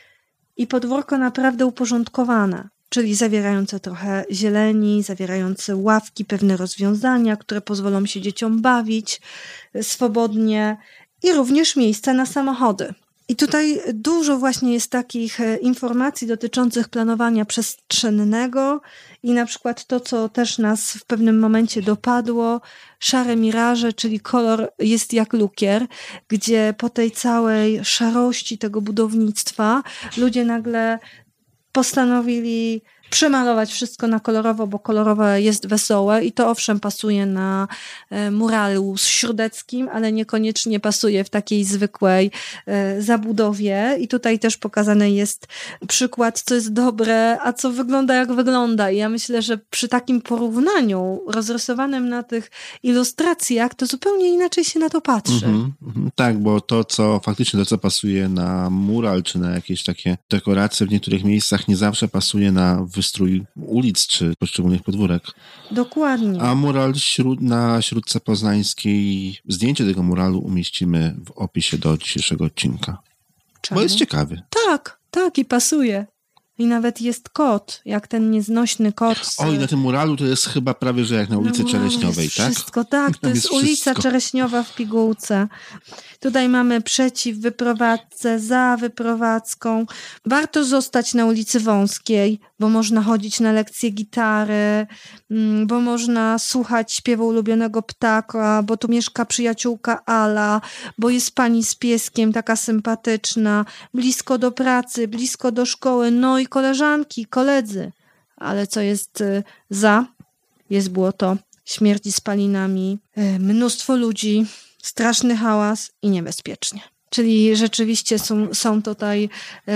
I podwórko naprawdę uporządkowane, czyli zawierające trochę zieleni, zawierające ławki, pewne rozwiązania, które pozwolą się dzieciom bawić swobodnie i również miejsca na samochody. I tutaj dużo właśnie jest takich informacji dotyczących planowania przestrzennego i na przykład to, co też nas w pewnym momencie dopadło, szare miraże, czyli kolor jest jak lukier, gdzie po tej całej szarości tego budownictwa ludzie nagle postanowili przemalować wszystko na kolorowo, bo kolorowe jest wesołe i to owszem pasuje na muralu śródeckim, ale niekoniecznie pasuje w takiej zwykłej zabudowie i tutaj też pokazany jest przykład, co jest dobre, a co wygląda jak wygląda i ja myślę, że przy takim porównaniu rozrysowanym na tych ilustracjach, to zupełnie inaczej się na to patrzy. Tak, bo to, co faktycznie pasuje na mural, czy na jakieś takie dekoracje w niektórych miejscach, nie zawsze pasuje na wystrój ulic czy poszczególnych podwórek. Dokładnie. A mural na Śródce Poznańskiej, zdjęcie tego muralu umieścimy w opisie do dzisiejszego odcinka. Czemu? Bo jest ciekawy. Tak i pasuje. I nawet jest kot, jak ten nieznośny kot. Oj, na tym muralu to jest chyba prawie, że jak na ulicy Czereśniowej, jest tak? Wszystko, tak, to jest ulica wszystko. Czereśniowa w pigułce. Tutaj mamy przeciw wyprowadzce, za wyprowadzką. Warto zostać na ulicy Wąskiej, bo można chodzić na lekcje gitary, bo można słuchać śpiewu ulubionego ptaka, bo tu mieszka przyjaciółka Ala, bo jest pani z pieskiem, taka sympatyczna, blisko do pracy, blisko do szkoły, no i koleżanki, koledzy. Ale co jest za? Jest błoto, śmierci spalinami, mnóstwo ludzi, straszny hałas i niebezpiecznie. Czyli rzeczywiście są tutaj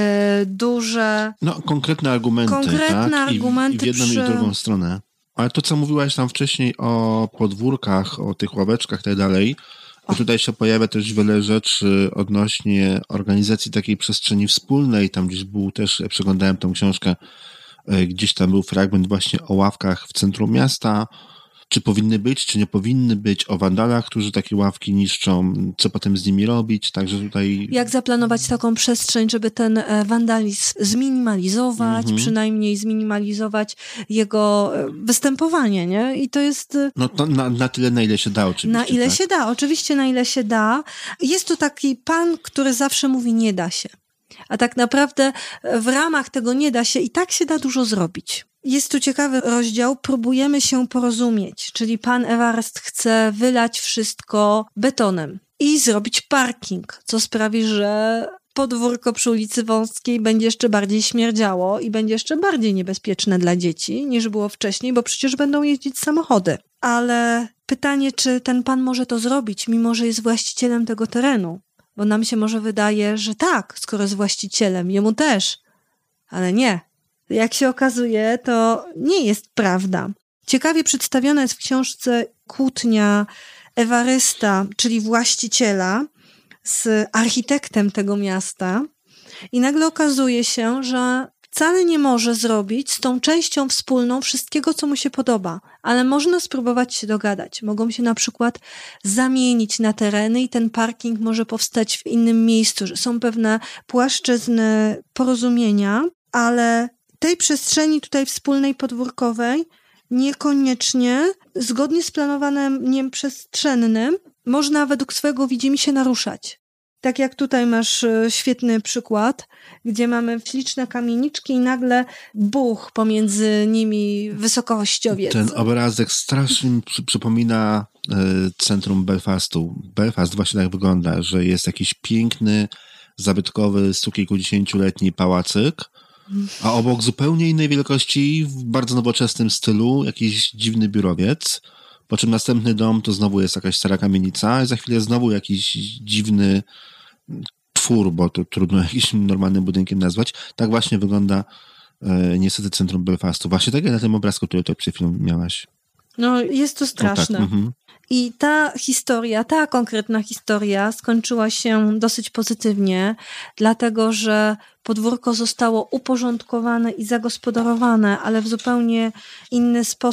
duże... No, konkretne argumenty, tak? Argumenty I w jedną i w drugą stronę. Ale to, co mówiłaś tam wcześniej o podwórkach, o tych ławeczkach i tak dalej, to tutaj się pojawia też wiele rzeczy odnośnie organizacji takiej przestrzeni wspólnej. Tam gdzieś był też, przeglądałem tą książkę, gdzieś tam był fragment właśnie o ławkach w centrum miasta, czy powinny być, czy nie powinny być, o wandalach, którzy takie ławki niszczą, co potem z nimi robić, także tutaj... Jak zaplanować taką przestrzeń, żeby ten wandalizm zminimalizować, przynajmniej zminimalizować jego występowanie, nie? I to jest... No to na tyle, na ile się da oczywiście. Na ile się da, oczywiście na ile się da. Jest tu taki pan, który zawsze mówi nie da się. A tak naprawdę w ramach tego nie da się i tak się da dużo zrobić. Jest tu ciekawy rozdział, próbujemy się porozumieć, czyli pan Ewarest chce wylać wszystko betonem i zrobić parking, co sprawi, że podwórko przy ulicy Wąskiej będzie jeszcze bardziej śmierdziało i będzie jeszcze bardziej niebezpieczne dla dzieci niż było wcześniej, bo przecież będą jeździć samochody. Ale pytanie, czy ten pan może to zrobić, mimo że jest właścicielem tego terenu? Bo nam się może wydaje, że tak, skoro jest właścicielem, jemu też, ale nie. Jak się okazuje, to nie jest prawda. Ciekawie przedstawiona jest w książce kłótnia Ewarysta, czyli właściciela, z architektem tego miasta i nagle okazuje się, że wcale nie może zrobić z tą częścią wspólną wszystkiego, co mu się podoba, ale można spróbować się dogadać. Mogą się na przykład zamienić na tereny i ten parking może powstać w innym miejscu, że są pewne płaszczyzny porozumienia, ale tej przestrzeni tutaj wspólnej podwórkowej niekoniecznie zgodnie z planowaniem przestrzennym można według swojego widzimisię naruszać. Tak jak tutaj masz świetny przykład, gdzie mamy śliczne kamieniczki i nagle buch pomiędzy nimi wysokościowiec. Ten obrazek strasznie mi przypomina centrum Belfastu. Belfast właśnie tak wygląda, że jest jakiś piękny, zabytkowy, stu kilkudziesięcioletni pałacyk, a obok zupełnie innej wielkości, w bardzo nowoczesnym stylu, jakiś dziwny biurowiec, po czym następny dom to znowu jest jakaś stara kamienica i za chwilę znowu jakiś dziwny twór, bo to trudno jakimś normalnym budynkiem nazwać. Tak właśnie wygląda niestety centrum Belfastu. Właśnie tak jak na tym obrazku, który to przed chwilą miałaś. No jest to straszne. Tak, I ta historia, ta konkretna historia skończyła się dosyć pozytywnie, dlatego że podwórko zostało uporządkowane i zagospodarowane, ale w zupełnie inny sposób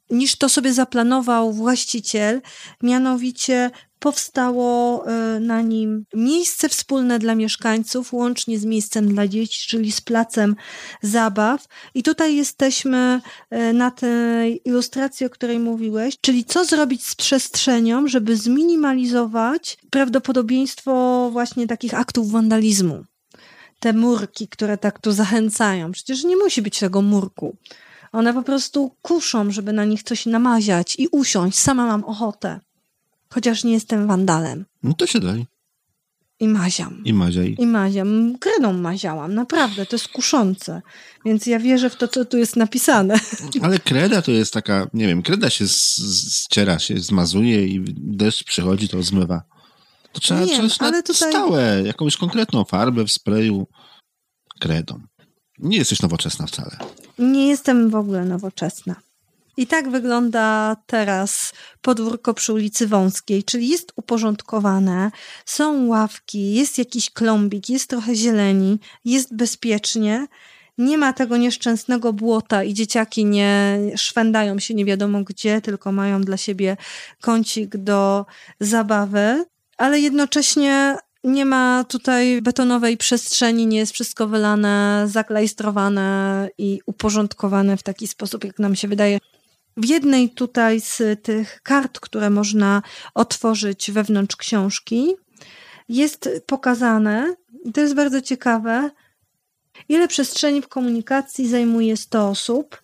niż to sobie zaplanował właściciel, mianowicie powstało na nim miejsce wspólne dla mieszkańców, łącznie z miejscem dla dzieci, czyli z placem zabaw. I tutaj jesteśmy na tej ilustracji, o której mówiłeś, czyli co zrobić z przestrzenią, żeby zminimalizować prawdopodobieństwo właśnie takich aktów wandalizmu. Te murki, które tak tu zachęcają. Przecież nie musi być tego murku. One po prostu kuszą, żeby na nich coś namaziać i usiąść. Sama mam ochotę. Chociaż nie jestem wandalem. No to się daj. I maziam. I maziaj. I maziam. Kredą maziałam. Naprawdę, to jest kuszące. Więc ja wierzę w to, co tu jest napisane. Ale kreda to jest taka, nie wiem, kreda się ściera, się zmazuje i deszcz przychodzi, to zmywa. To trzeba coś na stałe, jakąś konkretną farbę w sprayu kredą. Nie jesteś nowoczesna wcale. Nie jestem w ogóle nowoczesna. I tak wygląda teraz podwórko przy ulicy Wąskiej, czyli jest uporządkowane, są ławki, jest jakiś klombik, jest trochę zieleni, jest bezpiecznie, nie ma tego nieszczęsnego błota i dzieciaki nie szwędają się nie wiadomo gdzie, tylko mają dla siebie kącik do zabawy, ale jednocześnie nie ma tutaj betonowej przestrzeni, nie jest wszystko wylane, zaklajstrowane i uporządkowane w taki sposób, jak nam się wydaje. W jednej tutaj z tych kart, które można otworzyć wewnątrz książki, jest pokazane, i to jest bardzo ciekawe, ile przestrzeni w komunikacji zajmuje 100 osób.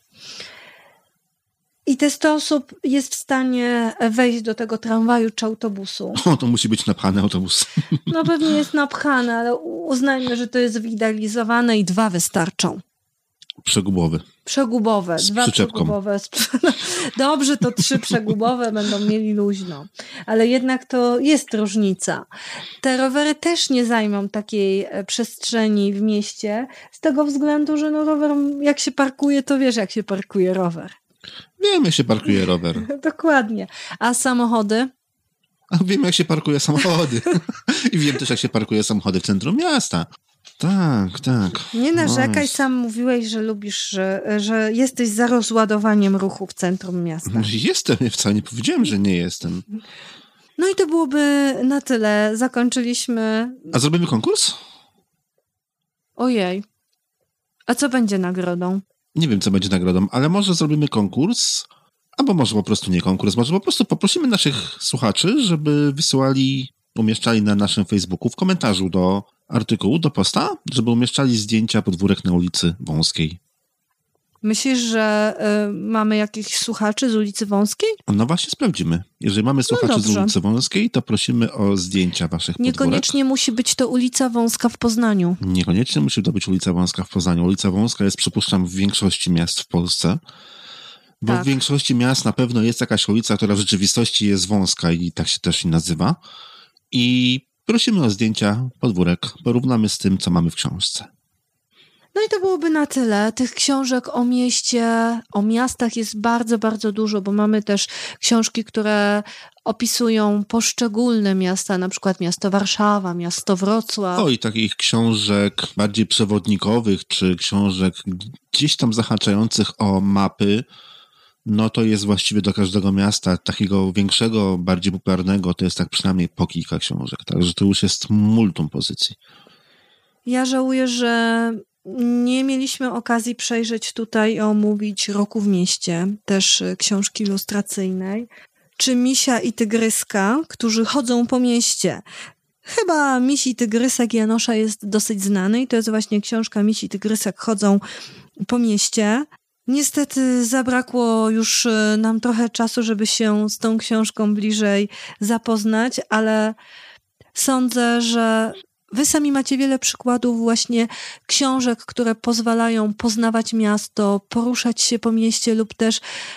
I te 100 osób jest w stanie wejść do tego tramwaju czy autobusu. O, to musi być napchany autobus. No pewnie jest napchany, ale uznajmy, że to jest wyidealizowane i 2 wystarczą. Przegubowe. 2 przegubowe. Dobrze, to 3 przegubowe będą mieli luźno. Ale jednak to jest różnica. Te rowery też nie zajmą takiej przestrzeni w mieście, z tego względu, że no rower, jak się parkuje, to wiesz, jak się parkuje rower. Wiem, jak się parkuje rower. Dokładnie. A samochody? Wiem, jak się parkuje samochody. I wiem też, jak się parkuje samochody w centrum miasta. Tak. Nie narzekaj, sam mówiłeś, że lubisz, że jesteś za rozładowaniem ruchu w centrum miasta. Jestem, ja wcale nie powiedziałem, że nie jestem. No i to byłoby na tyle. Zakończyliśmy. A zrobimy konkurs? Ojej. A co będzie nagrodą? Nie wiem, co będzie nagrodą, ale może zrobimy konkurs, albo może po prostu nie konkurs, może po prostu poprosimy naszych słuchaczy, żeby wysyłali, umieszczali na naszym Facebooku w komentarzu do artykułu, do posta, żeby umieszczali zdjęcia podwórek na ulicy Wąskiej. Myślisz, że mamy jakichś słuchaczy z ulicy Wąskiej? No właśnie sprawdzimy. Jeżeli mamy słuchaczy z ulicy Wąskiej, to prosimy o zdjęcia waszych podwórek. Niekoniecznie musi być to ulica Wąska w Poznaniu. Niekoniecznie musi to być ulica Wąska w Poznaniu. Ulica Wąska jest, przypuszczam, w większości miast w Polsce. Bo tak. W większości miast na pewno jest jakaś ulica, która w rzeczywistości jest wąska i tak się też nazywa. I prosimy o zdjęcia podwórek. Porównamy z tym, co mamy w książce. No i to byłoby na tyle. Tych książek o mieście, o miastach jest bardzo, bardzo dużo, bo mamy też książki, które opisują poszczególne miasta, na przykład miasto Warszawa, miasto Wrocław. O, i takich książek bardziej przewodnikowych, czy książek gdzieś tam zahaczających o mapy, no to jest właściwie do każdego miasta, takiego większego, bardziej popularnego, to jest tak przynajmniej po kilka książek, także to już jest multum pozycji. Ja żałuję, że nie mieliśmy okazji przejrzeć tutaj i omówić Roku w mieście, też książki ilustracyjnej, czy Misia i Tygryska, którzy chodzą po mieście. Chyba Misi i Tygrysek Janosza jest dosyć znany i to jest właśnie książka Misi i Tygrysek chodzą po mieście. Niestety zabrakło już nam trochę czasu, żeby się z tą książką bliżej zapoznać, ale sądzę, że wy sami macie wiele przykładów właśnie książek, które pozwalają poznawać miasto, poruszać się po mieście lub też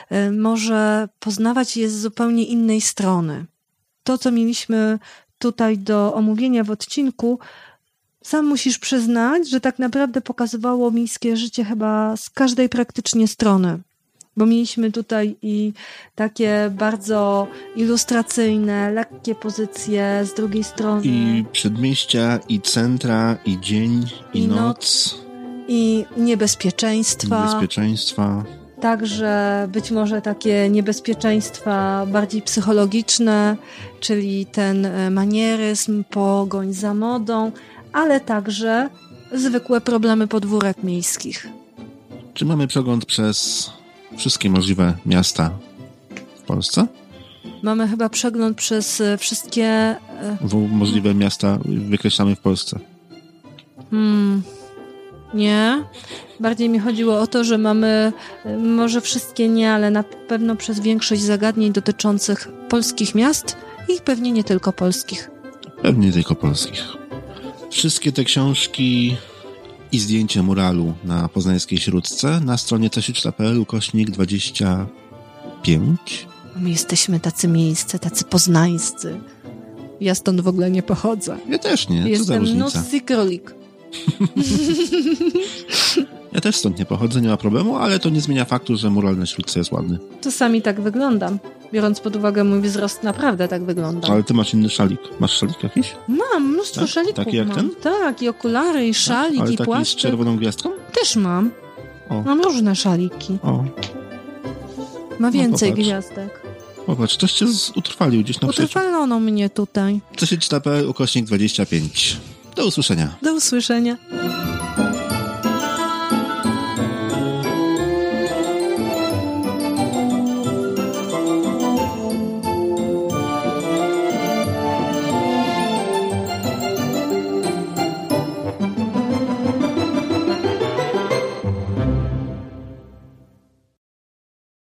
może poznawać je z zupełnie innej strony. To, co mieliśmy tutaj do omówienia w odcinku, sam musisz przyznać, że tak naprawdę pokazywało miejskie życie chyba z każdej praktycznie strony. Bo mieliśmy tutaj i takie bardzo ilustracyjne, lekkie pozycje z drugiej strony. I przedmieścia, i centra, i dzień, i noc. I niebezpieczeństwa. także być może takie niebezpieczeństwa bardziej psychologiczne, czyli ten manieryzm, pogoń za modą, ale także zwykłe problemy podwórek miejskich. Czy mamy przegląd przez wszystkie możliwe miasta w Polsce? Mamy chyba przegląd przez wszystkie... Możliwe miasta wykreślamy w Polsce. Nie. Bardziej mi chodziło o to, że mamy, może wszystkie nie, ale na pewno przez większość zagadnień dotyczących polskich miast i pewnie nie tylko polskich. Pewnie nie tylko polskich. Wszystkie te książki i zdjęcie muralu na poznańskiej Śródce na stronie casiuczta.pl/25. My jesteśmy tacy miejscy, tacy poznańscy. Ja stąd w ogóle nie pochodzę. Ja też nie. Jestem nosy królik. Ja też stąd nie pochodzę, nie ma problemu, ale to nie zmienia faktu, że mural na Śródce jest ładny. Czasami tak wyglądam. Biorąc pod uwagę mój wzrost, naprawdę tak wyglądam. Ale ty masz inny szalik. Masz szalik jakiś? Mam, mnóstwo szalików. Taki jak ten? Tak, i okulary, i szalik, ale i taki płaszczyk. z czerwoną gwiazdką? Też mam. O. Mam różne szaliki. O. Ma więcej gwiazdek. Popatrz, ktoś cię utrwalił gdzieś na przeciw. Utrwalono mnie tutaj. casiuczta.pl/25. Do usłyszenia. Do usłyszenia.